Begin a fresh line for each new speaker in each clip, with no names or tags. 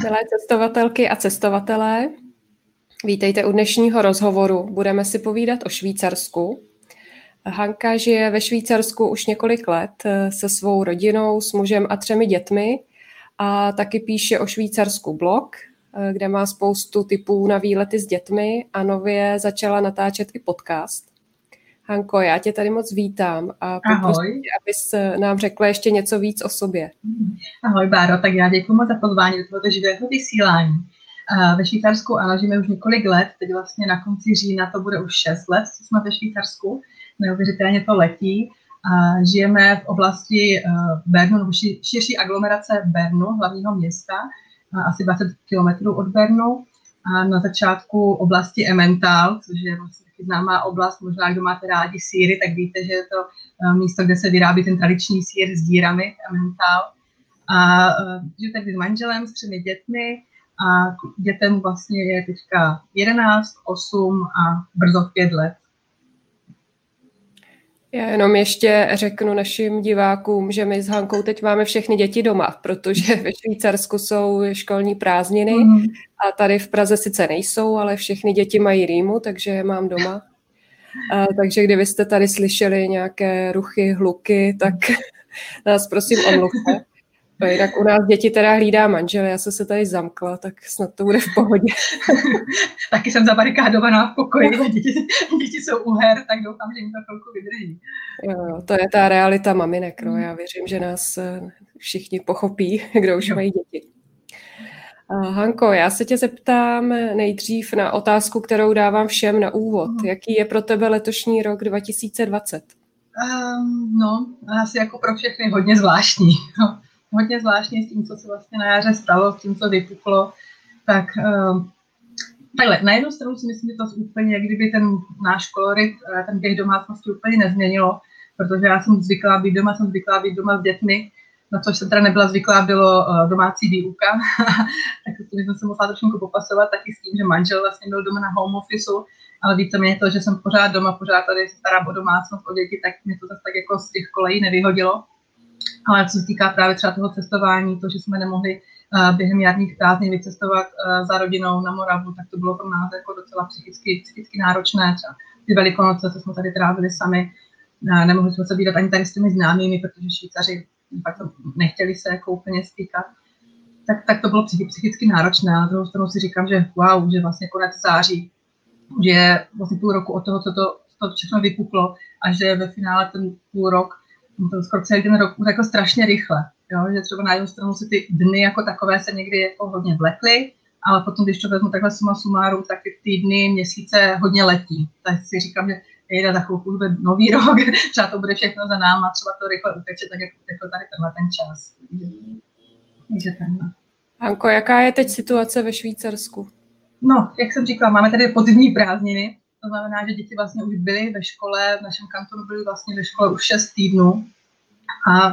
Milé cestovatelky a cestovatelé, vítejte u dnešního rozhovoru. Budeme si povídat o Švýcarsku. Hanka žije ve Švýcarsku už několik let se svou rodinou, s mužem a 3 dětmi a taky píše o Švýcarsku blog, kde má spoustu tipů na výlety s dětmi a nově začala natáčet i podcast. Hanko, já tě tady moc vítám a poprosím tě, abys nám řekla ještě něco víc o sobě.
Ahoj Báro, tak já děkuji moc za pozvání do tohoto živého vysílání. Ve Švýcarsku ano, žijeme už několik let, teď vlastně na konci října to bude už 6 let, co jsme ve Švýcarsku, neuvěřitelně to letí. Žijeme v oblasti Bernu, nebo širší aglomerace Bernu, hlavního města, asi 20 kilometrů od Bernu. A na začátku oblasti Emmental, což je vlastně taky známá oblast, možná kdo máte rádi sýry, tak víte, že je to místo, kde se vyrábí ten tradiční sýr s dírami, Emmental. A žiju tady s manželem, s 3 dětmi a dětem vlastně je teďka 11, 8 a brzo 5 let.
Já jenom ještě řeknu našim divákům, že my s Hankou teď máme všechny děti doma, protože ve Švýcarsku jsou školní prázdniny a tady v Praze sice nejsou, ale všechny děti mají rýmu, takže je mám doma. Takže kdybyste tady slyšeli nějaké ruchy, hluky, tak nás prosím omluvte. Jinak u nás děti teda hlídá manžel, já jsem se tady zamkla, tak snad to bude v pohodě.
Taky jsem zabarikádovaná v pokoji, děti jsou u her, tak doufám, že jim to chvilku vydrží.
Jo, to je ta realita maminek, no. Já věřím, že nás všichni pochopí, kdo už mají děti. Hanko, já se tě zeptám nejdřív na otázku, kterou dávám všem na úvod. Jaký je pro tebe letošní rok 2020?
No, asi jako pro všechny hodně zvláštní. Hodně zvláštní s tím, co se vlastně na jaře stalo, s tím, co vypuklo. Tak takhle, na jednu stranu si myslím, že to úplně, kdyby ten náš kolorit, ten běh domácnosti úplně nezměnilo, protože já jsem zvyklá být doma s dětmi, na což jsem teda nebyla zvyklá, bylo domácí výuka, tak s tím jsem se musela trošku popasovat, taky s tím, že manžel vlastně byl doma na home officeu, ale víceméně to, že jsem pořád doma, pořád tady starám o domácnost, o děti, tak mi to zase tak jako z těch kolejí nevyhodilo. Ale co se týká právě třeba toho cestování, to, že jsme nemohli během jarních prázdnin vycestovat za rodinou na Moravu, tak to bylo pro nás jako docela psychicky náročné. Třeba ty Velikonoce, co jsme tady trávili sami, nemohli jsme se vídat ani tady s těmi známými, protože Švýcaři fakt nechtěli se jako úplně stýkat. Tak to bylo psychicky náročné. Na druhou stranu si říkám, že wow, že vlastně konec září, že je vlastně půl roku od toho, co to všechno vypuklo a že ve finále ten půl rok, to skoro celý ten rok jako strašně rychle, jo? Že třeba na jednu stranu si ty dny jako takové se někdy jako hodně vlekly, ale potom, když to vezmu takhle suma sumárum, tak ty týdny, měsíce hodně letí. Tak si říkám, že jde za chvilku bude nový rok, třeba to bude všechno za náma, třeba to rychle uteče, tak jako tady ten čas. Takže tenhle.
Hanko, jaká je teď situace ve Švýcarsku?
No, jak jsem říkala, máme tady podzimní prázdniny. To znamená, že děti vlastně už byly ve škole, v našem kantonu byly vlastně ve škole už 6 týdnů. A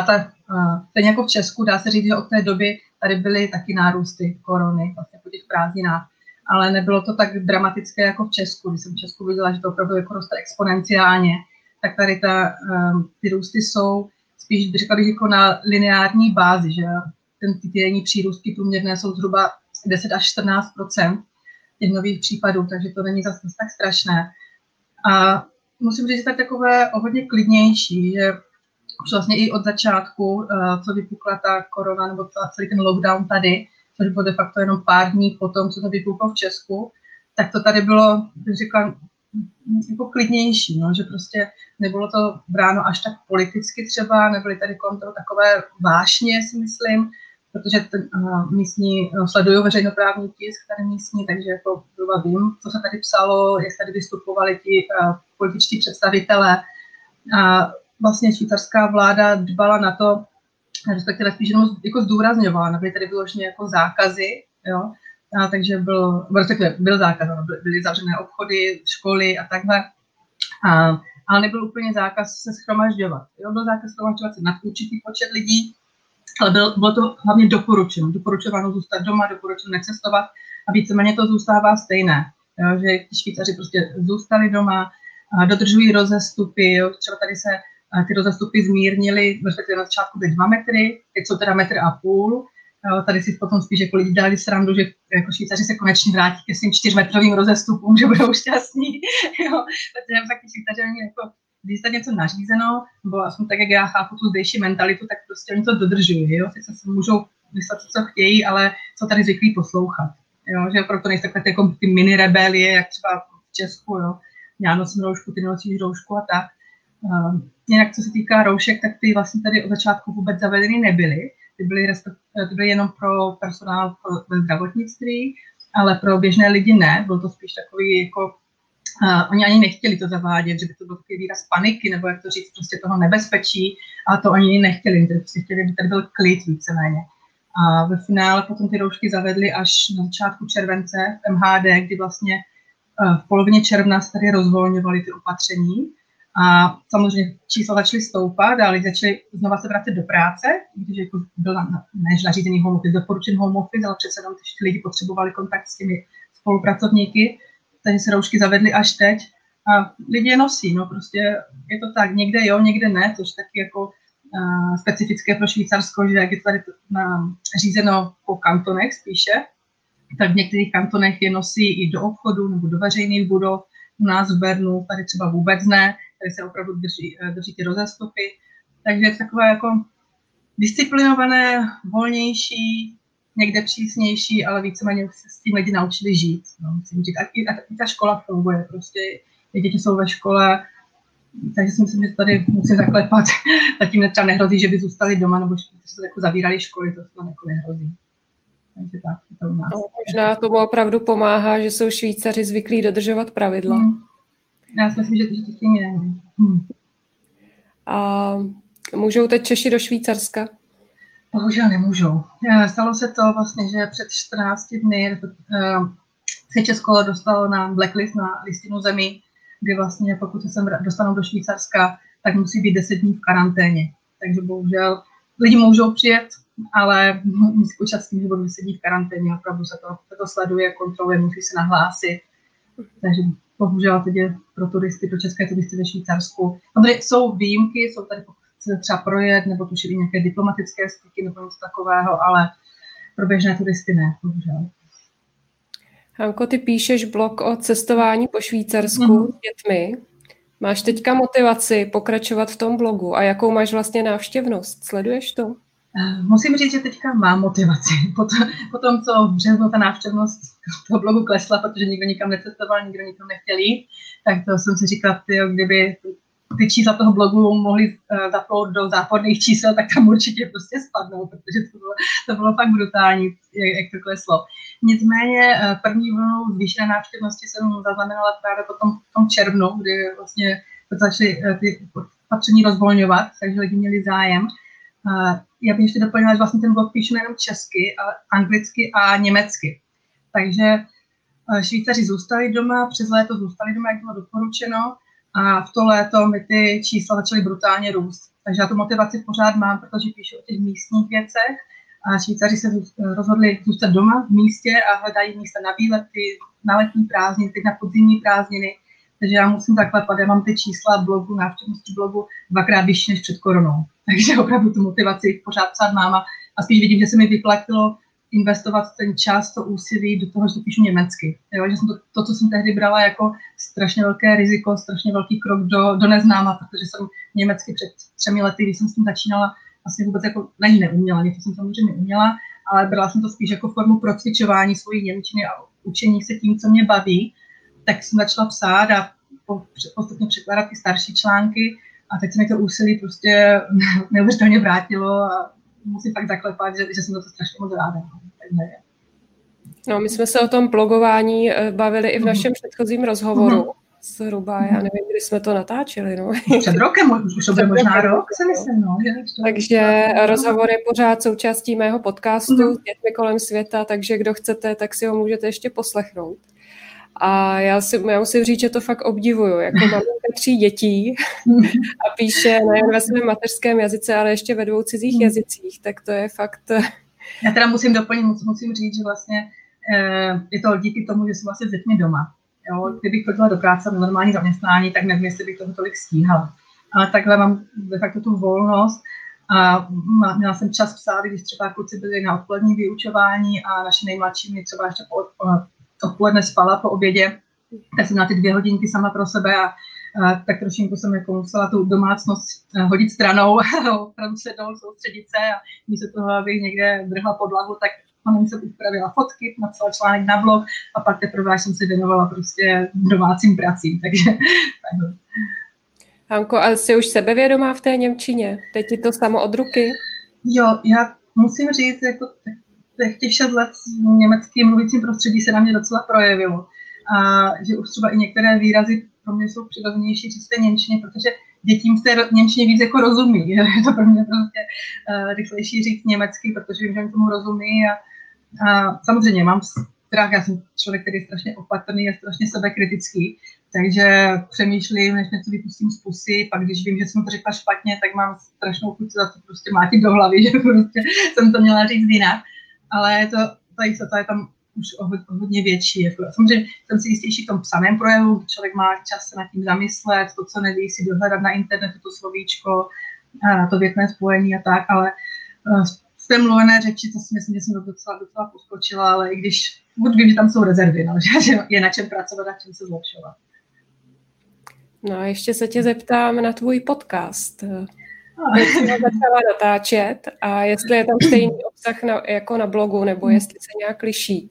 stejně jako v Česku, dá se říct, že od té doby tady byly taky nárůsty korony vlastně po těch prázdninách. Ale nebylo to tak dramatické jako v Česku. Když jsem v Česku viděla, že to opravdu jako roste exponenciálně, tak tady ty růsty jsou spíš, řekla bych, jako na lineární bázi, že ty týdenní přírůstky průměrné jsou zhruba 10 až 14% těch nových případů, takže to není zase tak strašné. A musím říct, že to je takové hodně klidnější, že už vlastně i od začátku, co vypukla ta korona, nebo celý ten lockdown tady, což bylo de facto jenom pár dní potom, co to vypuklo v Česku, tak to tady bylo, bych řekla, jako klidnější, no, že prostě nebylo to bráno až tak politicky třeba, nebyly tady kolem toho takové vášně, si myslím, protože ten místní, sleduju veřejnoprávní tisk tady místní, takže jako vím, co se tady psalo, jak tady vystupovali ti političtí představitelé. A vlastně švýcarská vláda dbala na to, respektive spíš jenom jako zdůrazňovala, nebyly tady vyloženě jako zákazy, jo, takže byl zákaz, byly zavřené obchody, školy a takhle, ale nebyl úplně zákaz se shromažďovat. Jo, byl zákaz shromažďovat se na určitý počet lidí, ale bylo to hlavně doporučováno zůstat doma, doporučeno necestovat a víceméně to zůstává stejné, jo, že ti Švýcaři prostě zůstali doma, dodržují rozestupy, jo, třeba tady se ty rozestupy zmírnily, respektive na začátku byly 2 metry, teď jsou teda 1,5 metru, Tady si potom spíš jako lidi dělali srandu, že jako Švýcaři se konečně vrátí ke svým 4metrovým rozestupům, že budou šťastní. Jo. Protože taky Švýcaři jako, když je něco nařízeno, nebo aspoň tak, jak já chápu tu zdejší mentalitu, tak prostě oni to dodržují. Jo. Sice se můžou myslet, co chtějí, ale co tady zvyklí poslouchat. Jo. Že proto nejsou takové jako ty mini rebelie, jak třeba v Česku. Jo. Já nosím roušku, ty nosíš roušku a tak. Jinak, co se týká roušek, tak ty vlastně tady od začátku vůbec zavedeny nebyly. Ty byly jenom pro personál ve zdravotnictví, ale pro běžné lidi ne. Byl to spíš takový, jako oni ani nechtěli to zavádět, že by to byl takový výraz paniky, nebo jak to říct, prostě toho nebezpečí, a to oni nechtěli. Prostě chtěli, aby tady byl klid víceméně. A ve finále potom ty roušky zavedly až na začátku července v MHD, kdy vlastně v polovině června se tady rozvolňovaly ty opatření. A samozřejmě čísla začaly stoupat a lidi začali znova se vracet do práce, když jako byl než nařízený home office, doporučen home office, ale přece tam ty lidi potřebovali kontakt s těmi spolupracovníky, takže se roušky zavedly až teď. A lidi je nosí, no prostě je to tak, někde jo, někde ne, což taky jako specifické pro Švýcarsko, že jak je tady řízeno po kantonech spíše, tak v některých kantonech je nosí i do obchodu nebo do veřejných budov. U nás v Bernu tady třeba vůbec ne, tady se opravdu drží ty rozestupy. Takže je to takové jako disciplinované, volnější, někde přísnější, ale víceméně už se s tím lidi naučili žít. No, musím říct. A ta škola funguje, prostě ty děti jsou ve škole, takže si myslím, že tady musím zaklepat. Zatím třeba nehrozí, že by zůstali doma, nebo že se jako zavírali školy, to snad jako nehrozí. Takže tak, to u nás.
No, možná tomu opravdu pomáhá, že jsou Švýcaři zvyklí dodržovat pravidla.
Já si myslím, že to tím je.
A můžou teď Češi do Švýcarska?
Bohužel nemůžou. Stalo se to vlastně, že před 14 dny se Česko dostalo na blacklist, na listinu zemí, kdy vlastně pokud se sem dostanou do Švýcarska, tak musí být 10 dní v karanténě. Takže bohužel lidi můžou přijet, ale musí počítat s tím, že budou 10 dní v karanténě. Opravdu se to sleduje, kontroluje, musí se nahlásit. Takže bohužel teď je pro turisty, pro české turisty ve Švýcarsku. Tady jsou výjimky, jsou tady třeba projet, nebo tušili nějaké diplomatické styky, nebo něco takového, ale pro běžné turisty ne, bohužel.
Hanko, ty píšeš blog o cestování po Švýcarsku s dětmi. Máš teďka motivaci pokračovat v tom blogu a jakou máš vlastně návštěvnost? Sleduješ to?
Musím říct, že teďka mám motivaci. Po tom, co v březnu ta návštěvnost toho blogu klesla, protože nikdo nikam necestoval, nikdo nikam nechtěl jít, tak to jsem si říkala, kdyby ty čísla toho blogu mohly zaplout do záporných čísel, tak tam určitě prostě spadnou, protože to bylo fakt brutální, jak to kleslo. Nicméně první vlnu zvýšené návštěvnosti jsem zaznamenala právě v tom červnu, kdy vlastně začaly ty opatření rozvolňovat, takže lidi měli zájem. Já bych ještě doplnila, že vlastně ten blog píšu nejenom česky, ale anglicky a německy. Takže Švýcaři zůstali doma, přes léto zůstali doma, jak bylo doporučeno, a v to léto mi ty čísla začaly brutálně růst. Takže já tu motivaci pořád mám, protože píšu o těch místních věcech. A Švýcaři se rozhodli zůstat doma v místě a hledají místa na výlety, na letní prázdniny, teď na podzimní prázdniny. Takže já musím zaklepat, já mám ty čísla blogu, návštěvnosti blogu dvakrát vyšší než před koronou. Takže opravdu tu motivaci pořád psát mám a spíš vidím, že se mi vyplatilo investovat ten čas, to úsilí do toho, že to píšu německy. Jo, že jsem to, co jsem tehdy brala jako strašně velké riziko, strašně velký krok do neznáma, protože jsem německy před 3 lety, když jsem s tím začínala, asi vůbec jako neuměla, něco jsem samozřejmě uměla, ale brala jsem to spíš jako formu procvičování svojí němčiny a učení se tím, co mě baví. Tak jsem začala psát a postupně překládat ty starší články a teď se mi to úsilí prostě neuvěřitelně vrátilo a musím fakt zaklepat, že jsem za to strašně moc ráda.
No, my jsme se o tom blogování bavili i v našem předchozím rozhovoru. Zhruba, já nevím, kdy jsme to natáčeli. No.
Před rokem, už to bude možná rok, se myslím. No.
Takže rozhovor je pořád součástí mého podcastu s dětmi kolem světa, takže kdo chcete, tak si ho můžete ještě poslechnout. A já musím říct, že to fakt obdivuju. Jako maminka 3 dětí a píše nejen ve svém mateřském jazyce, ale ještě ve 2 cizích jazycích, tak to je fakt...
Já teda musím doplnit, musím říct, že vlastně je to díky tomu, že jsem vlastně s dětmi doma. Jo? Kdybych chodila do práce na normální zaměstnání, tak nevím, jestli bych toho tolik stíhala. Ale takhle mám de facto tu volnost A měla jsem čas psát, když třeba kluci byli na odpolední vyučování a naši nejmladší mi třeba ještě odpoledne spala po obědě. Já jsem měla ty 2 hodinky sama pro sebe a tak trošinku jsem jako musela tu domácnost hodit stranou a opravdu sednout, soustředit se a místo toho, abych někde vrhla podlahu, tak jsem upravila fotky, napsala článek na blog a pak teprve jsem se věnovala prostě domácím pracím, takže
Hanko, a jsi už sebevědomá v té němčině? Teď ti to samo od ruky?
Jo, já musím říct, jako těch 6 let v německým mluvícím prostředí se na mě docela projevilo. A že už třeba i některé výrazy pro mě jsou přirozenější říct té němčině, protože dětím v té němčině víc jako rozumí. Je to pro mě prostě rychlejší říct německy, protože vím, že oni tomu rozumí. A samozřejmě mám strach, já jsem člověk, který je strašně opatrný a strašně sebekritický, takže přemýšlím, než něco vypustím z pusy, pak když vím, že jsem to řekla špatně, tak mám strašnou chuť za to prostě mlátit do hlavy, že prostě jsem to měla říct jinak. Ale ta jistota je tam už hodně větší. Jako, samozřejmě jsem si jistější v tom psaném projevu, člověk má čas se nad tím zamyslet, to, co neví, si dohledat na internetu, to slovíčko, to větné spojení a tak, ale z té mluvené řeči, to si myslím, že jsem docela poskočila, ale i když vím, že tam jsou rezervy, no, že je na čem pracovat a čem se zlepšovat.
No a ještě se tě zeptám na tvůj podcast. Jak jsi ho začala natáčet a jestli je tam stejný obsah jako na blogu, nebo jestli se nějak liší?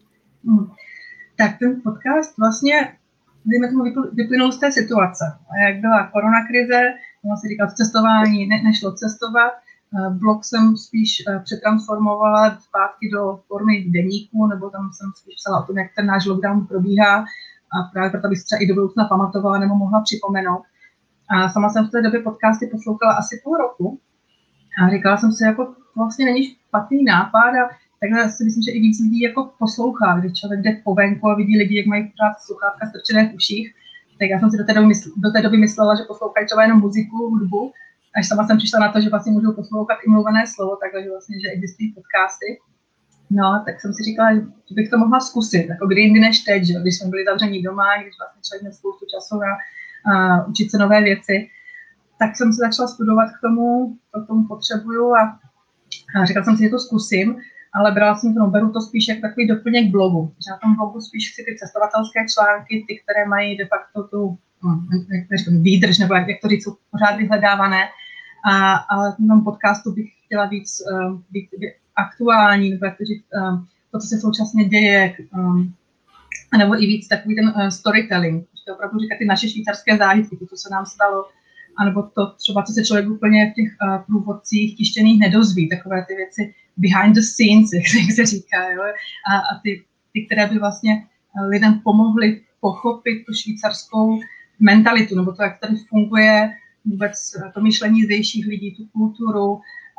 Tak ten podcast vlastně, dejme tomu, vyplynul z té situace. Jak byla koronakrize, mám si říkat, cestování nešlo cestovat, blog jsem spíš přetransformovala zpátky do formy deníku, nebo tam jsem spíš psala o tom, jak ten náš lockdown probíhá a právě proto bych třeba i do budoucna pamatovala nebo mohla připomenout. A sama jsem v té době podcasty poslouchala asi půl roku a říkala jsem si, jako vlastně není špatný nápad a takhle si myslím, že i víc lidí jako poslouchá, když člověk jde po venku a vidí lidi, jak mají pořád sluchátka strčené v uších, tak já jsem si do té doby myslela, že poslouchají třeba jenom muziku, hudbu, až sama jsem přišla na to, že vlastně můžou poslouchat i mluvené slovo, takže vlastně, že existují podcasty. No, tak jsem si říkala, že bych to mohla zkusit, jako kdy jindy než teď, že? Když jsme byli zavření doma, když vlastně člověk měl spoustu času na učit se nové věci, tak jsem se začala studovat k tomu potřebuju a říkala jsem si, že to zkusím, ale beru to spíš jako takový doplněk blogu. Že na tom blogu spíš chci ty cestovatelské články, ty, které mají de facto tu výdrž, nebo jak to říct, jsou pořád vyhledávané, ale v tom podcastu bych chtěla víc být aktuální, nebo jak to říct, to, co se současně děje, nebo i víc takový ten storytelling, to opravdu říkat ty naše švýcarské zážitky, to, co se nám stalo, anebo to třeba, co se člověk úplně v těch průvodcích tištěných nedozví, takové ty věci behind the scenes, jak se říká, jo? A ty, které by vlastně lidem pomohly pochopit tu švýcarskou mentalitu, nebo to, jak tady funguje vůbec to myšlení zdejších lidí, tu kulturu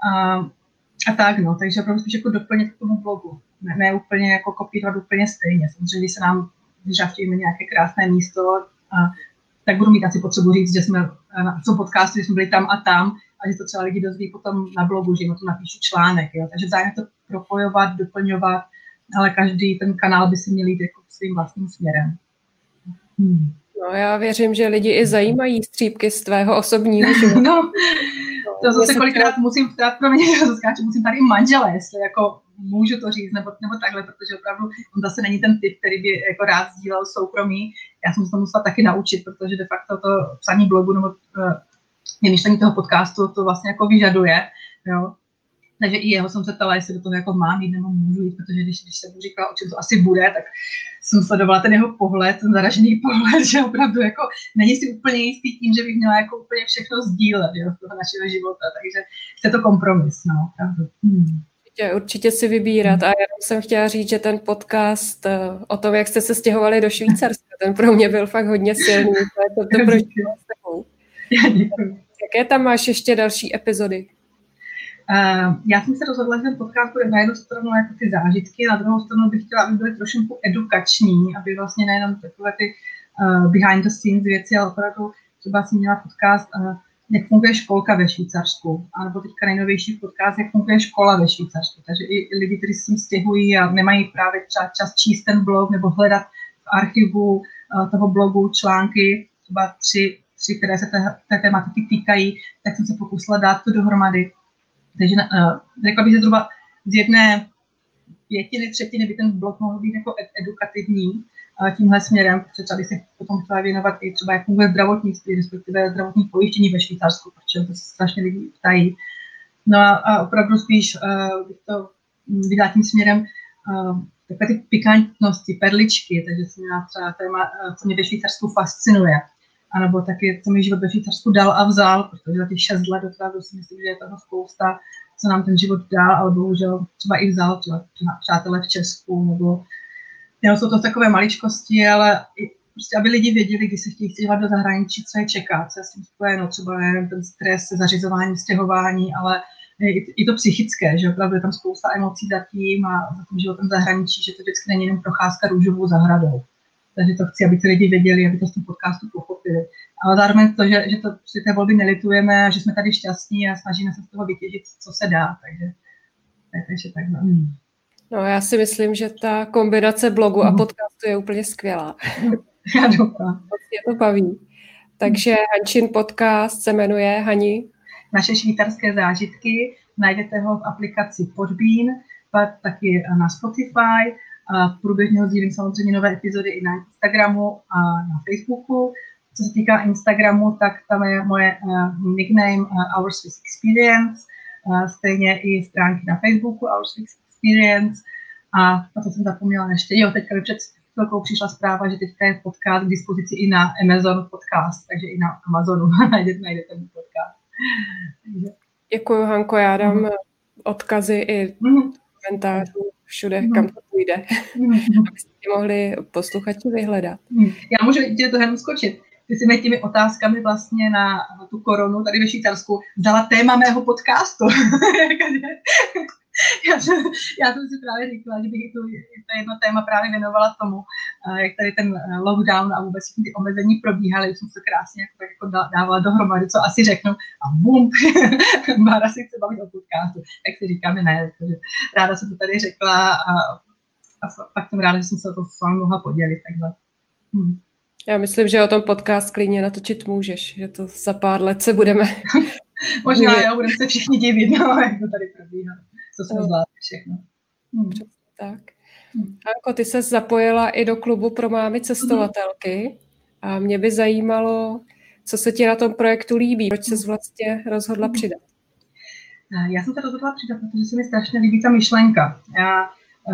a tak, no. Takže opravdu spíš jako doplnit k tomu blogu. Ne úplně jako kopírovat úplně stejně. Samozřejmě, když se nám vyžavčíme nějaké krásné místo, tak budu mít asi potřebu říct, že jsme na tom podcastu, že jsme byli tam a tam a že to třeba lidi dozví potom na blogu, že jim to napíšu článek. Jo. Takže vzájemně to propojovat, doplňovat, ale každý ten kanál by si měl jít jako svým vlastním směrem.
No, já věřím, že lidi i zajímají střípky z tvého osobního života.
No, to zase kolikrát musím tady manžele, jestli jako můžu to říct, nebo takhle, protože opravdu on zase není ten typ, který by jako rád sdílel soukromí. Já jsem se to musela taky naučit, protože de facto to psaní blogu nebo myšlení toho podcastu to vlastně jako vyžaduje, jo. Takže i jeho jsem se ptala, jestli do toho jako mám jít nebo můžu jít, protože když jsem mu říkala, o čem to asi bude, tak jsem sledovala ten jeho pohled, ten zaražený pohled, že opravdu jako není si úplně jistý tím, že bych měla jako úplně všechno sdílet, jo, z toho našeho života, takže je to kompromis, no, pravdu.
Určitě si vybírat. A já jsem chtěla říct, že ten podcast o tom, jak jste se stěhovali do Švýcarska, ten pro mě byl fakt hodně silný. To prožila s tebou. Jaké tam máš ještě další epizody?
Já jsem se rozhodla, že ten podcast bude na jednu stranu jako ty zážitky, na druhou stranu bych chtěla, aby byly trošku edukační, aby vlastně nejenom takové ty behind the scenes věci, ale opravdu třeba jsem měla podcast, jak funguje školka ve Švýcarsku, anebo teďka nejnovější podcast, jak funguje škola ve Švýcarsku. Takže i lidi, kteří se sem stěhují a nemají právě třeba čas číst ten blog nebo hledat v archivu toho blogu články, třeba tři, které se té tematiky týkají, tak jsem se pokusila dát to dohromady. Takže řekla bych, že zhruba z 1/5 by ten blog mohl být jako edukativní tímhle směrem, protože třeba bych se potom chtěla věnovat i třeba jak funguje zdravotnictví, respektive zdravotní pojištění ve Švýcarsku, protože to se strašně lidí ptají. No a opravdu spíš bych to viděla tím směrem takové ty pikantnosti, perličky, takže jsem měla třeba téma, co mě ve Švýcarsku fascinuje. A nebo taky, co mi život ve Švýcarsku dal a vzal, protože za těch 6 let opravdu si myslím, že je toho spousta, co nám ten život dal, ale bohužel třeba i vzal, třeba přátelé v Česku, nebo jsou to takové maličkosti, ale prostě, aby lidi věděli, když se chtějí stěhovat do zahraničí, co je čeká, co je s tím spojeno, třeba ten stres, zařizování, stěhování, ale i to psychické, že opravdu je tam spousta emocí za tím a za tím životem v zahraničí, že to vždycky není jenom procházka růžovou zahradou. Takže to chci, aby ty lidi věděli, aby to z toho podcastu pochopili. Ale zároveň to, že to při té volby nelitujeme, že jsme tady šťastní a snažíme se z toho vytěžit, co se dá. Takže takhle.
No, já si myslím, že ta kombinace blogu a podcastu je úplně skvělá.
Já doufám.
Vlastně to baví. Takže Hančin podcast se jmenuje Hani.
Naše švýcarské zážitky. Najdete ho v aplikaci Podbean, pak taky na Spotify. Průběžně ho sdílím samozřejmě nové epizody i na Instagramu a na Facebooku. Co se týká Instagramu, tak tam je moje nickname Our Swiss Experience, stejně i stránky na Facebooku Our Swiss Experience. A to jsem zapomněla ještě. Teďka mi před chvilkou přišla zpráva, že teďka je podcast k dispozici i na Amazon Podcast, takže i na Amazonu najdete můj podcast.
Děkuju, Hanko, já dám odkazy i komentářů všude, kam to půjde, abyste mohli posluchači vyhledat.
Já můžu tě to hned skočit. Ty jsi mi těmi otázkami vlastně na tu koronu tady ve Švýcarsku dala téma mého podcastu. já jsem si právě říkala, že bych to jedno téma právě věnovala tomu, jak tady ten lockdown a vůbec ty omezení probíhaly, už jsem se krásně jako dávala dohromady, co asi řeknu a bum, Bára si chce bavit o podcastu, jak si říkáme ne, takže ráda jsem to tady řekla a fakt jsem ráda, že jsem se o to s vámi mohla podělit takhle.
Já myslím, že o tom podcast klidně natočit můžeš, že to za pár let se budeme...
Možná jo, budeme se všichni divit, no, jak to tady probíhá, co jsme zvládli všechno.
Přesně tak. Hanko, ty se zapojila i do klubu pro mámy cestovatelky a mě by zajímalo, co se ti na tom projektu líbí, proč ses vlastně rozhodla přidat?
Já jsem se rozhodla přidat, protože se mi strašně líbí ta myšlenka. Já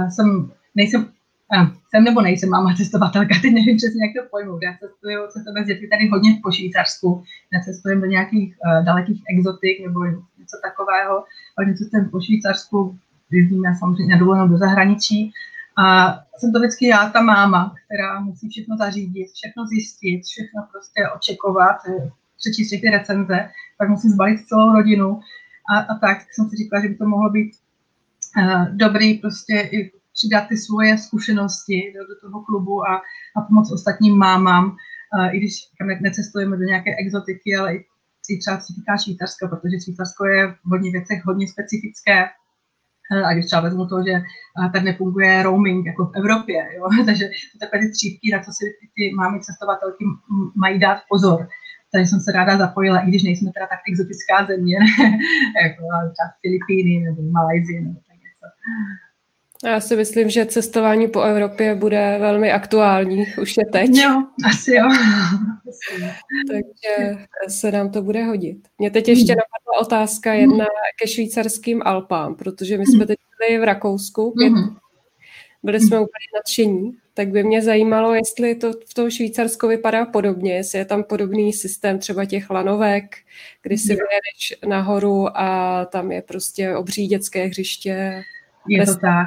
jsem nebo nejsem máma cestovatelka, teď nevím přesně, jak to pojmout. Já cestuju s dětmi tady hodně po Švýcarsku, necestujeme do nějakých dalekých exotik nebo něco takového, ale necestujeme po Švýcarsku, jezdíme samozřejmě na dovolenou do zahraničí. A jsem to vždycky já, ta máma, která musí všechno zařídit, všechno zjistit, všechno prostě očekovat, přečíst všechny recenze, pak musím zbalit celou rodinu a tak jsem si říkala, že by to mohlo být dobrý prostě i přidat ty svoje zkušenosti do toho klubu a pomoct ostatním mámám, i když necestujeme do nějaké exotiky, ale i třeba se týká Švýcarska, protože Švýcarsko je v hodně věcech hodně specifické. A když třeba vezmu to, že tady nefunguje roaming jako v Evropě, jo? Takže to takové ty střípky, na co si ty mámy cestovatelky mají dát pozor. Takže jsem se ráda zapojila, i když nejsme teda tak exotická země, jako třeba Filipíny nebo Malajzie nebo tak něco.
Já si myslím, že cestování po Evropě bude velmi aktuální, už je teď.
Jo, asi jo.
Takže se nám to bude hodit. Mě teď ještě napadla otázka jedna ke švýcarským Alpám, protože my jsme teď byli v Rakousku, byli jsme úplně nadšení, tak by mě zajímalo, jestli to v tom Švýcarsku vypadá podobně, jestli je tam podobný systém třeba těch lanovek, kdy si vyjedeš nahoru a tam je prostě obří dětské hřiště.
Je to tak.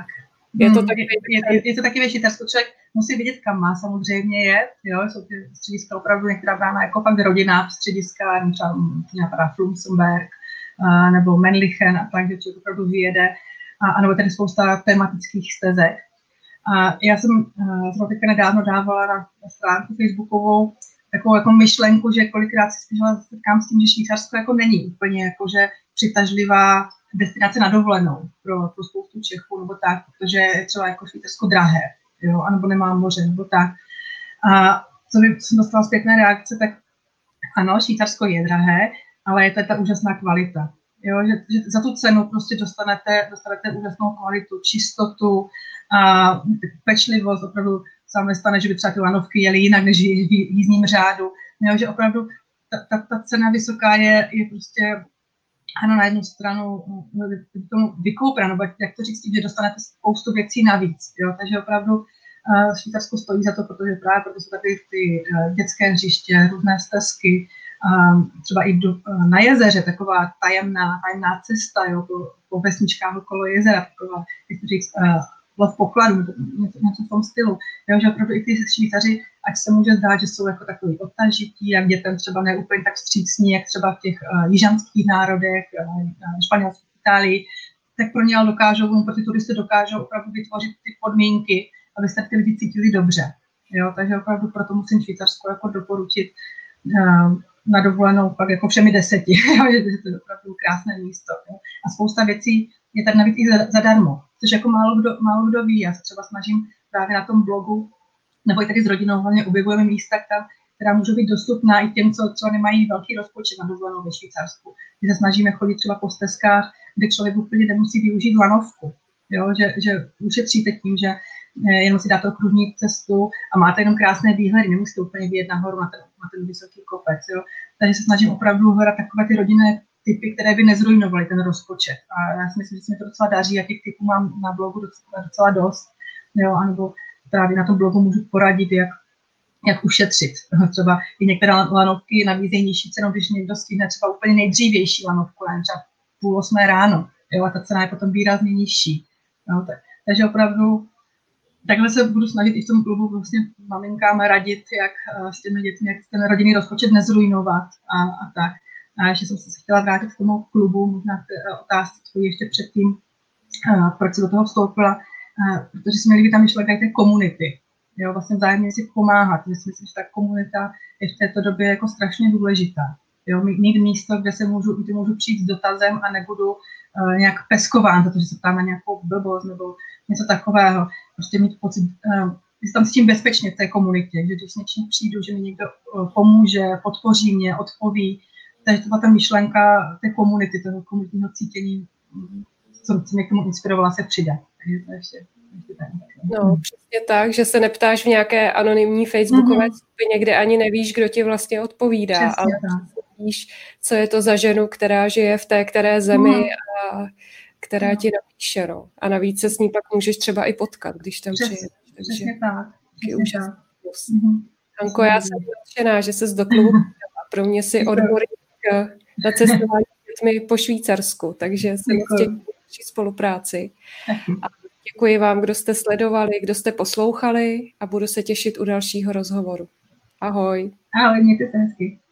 Je
to taky ve Švýcarsku. Člověk musí vidět, kam má samozřejmě jet. Jo? Jsou ty střediska opravdu některá brána jako fakt rodinná střediska, třeba nějaká Flumsenberg nebo Männlichen a tak, že člověk opravdu vyjede. A nebo tady spousta tematických stezek. A já jsem teďka nedávno dávala na stránku facebookovou takovou jako myšlenku, že kolikrát si setkám s tím, že Švýcarsko jako není úplně jakože přitažlivá destinace na dovolenou pro spoustu Čechů nebo tak, protože je třeba jako Švýcarsko drahé, jo, anebo nemá moře nebo tak. A co jsem dostala zpětné reakce, tak ano, Švýcarsko je drahé, ale je to ta úžasná kvalita. Jo, že za tu cenu prostě dostanete úžasnou kvalitu, čistotu a pečlivost, opravdu se vám nestane, že by třeba ty lanovky jeli jinak než v jízdním řádu. Jo, že opravdu ta cena vysoká je prostě ano, na jednu stranu tomu vykoupra, nebo jak to říct, že dostanete spoustu věcí navíc. Jo? Takže opravdu Švýcarsko stojí za to, protože právě proto jsou tady ty dětské hřiště, různé stezky, třeba i na jezeře taková tajemná cesta, jo, po vesničkách okolo jezera, taková, jak to říct, v pokladu, něco v tom stylu. Jo, že opravdu i ty Švýcaři, ať se může zdát, že jsou jako takový odtažití, jak dětem třeba ne úplně tak vstřícní, jak třeba v těch jižanských národech, Španělsku, Itálii, tak pro ně pro ty turisty dokážou opravdu vytvořit ty podmínky, aby se ty lidi cítili dobře. Jo, takže opravdu proto musím Švýcarsko jako doporučit na dovolenou pak jako všemi 10, že to je opravdu krásné místo. Jo. A spousta věcí je tady navíc i zadarmo, což jako málo kdo ví. Já se třeba snažím právě na tom blogu, nebo i tady s rodinou hlavně objevujeme místa, která můžou být dostupná i těm, co třeba nemají velký rozpočet na dovolenou ve Švýcarsku. My se snažíme chodit třeba po stezkách, kde člověk úplně nemusí využít lanovku. Jo, že ušetříte tím, že jenom si dáte okružní cestu a máte jenom krásné výhledy, nemusíte úplně vyjet nahoru na ten vysoký kopec. Jo. Takže se snažím opravdu hledat takové ty rodinné typy, které by nezrujnovaly ten rozpočet. A já si myslím, že se mi to docela daří a těch typů mám na blogu docela dost. Jo, anebo právě na tom blogu můžu poradit, jak ušetřit. Třeba i některé lanovky nabízejí nižší cenu, když někdo stihne třeba úplně nejdřívější lanovku, nevím, třeba 7:30 ráno. Jo, a ta cena je potom výrazně nižší. Jo, takže opravdu takhle se budu snažit i v tom klubu vlastně maminkám radit, jak s těmi dětmi, jak ten rodinný rozpočet nezrujnovat a tak. A ještě jsem se chtěla vrátit k tomu klubu, možná k té otázce ještě předtím, proč se do toho vstoupila, protože jsme měli tam myšlenka i té komunity. Jo, vlastně vzájemně si pomáhat. Já si myslím, že ta komunita je v této době jako strašně důležitá. Jo, mít místo, kde můžu přijít s dotazem a nebudu nějak peskován, protože se ptám na nějakou blbost nebo něco takového. Prostě mít pocit, že tam s tím bezpečně v té komunitě, že když s něčím přijdu, že mi někdo pomůže, podpoří mě, odpoví. Takže to byla ta myšlenka té komunity, toho komunitního cítění, co mě k tomu inspirovala se přidat. Takže to ještě tak.
No, přesně tak, že se neptáš v nějaké anonymní facebookové skupině, kde ani nevíš, kdo ti vlastně odpovídá, přesně ale víš, co je to za ženu, která žije v té které zemi a která ti napíše. No. A navíc se s ní pak můžeš třeba i potkat, když tam přijedeš.
Přesně tak.
Hanko, já jsem nadšená, že ses do klubu pro mě si odborník na cestování dětmi po Švýcarsku, takže jsem moc těším na spolupráci. A děkuji vám, kdo jste sledovali, kdo jste poslouchali a budu se těšit u dalšího rozhovoru. Ahoj.
Ahoj, mějte se hezky.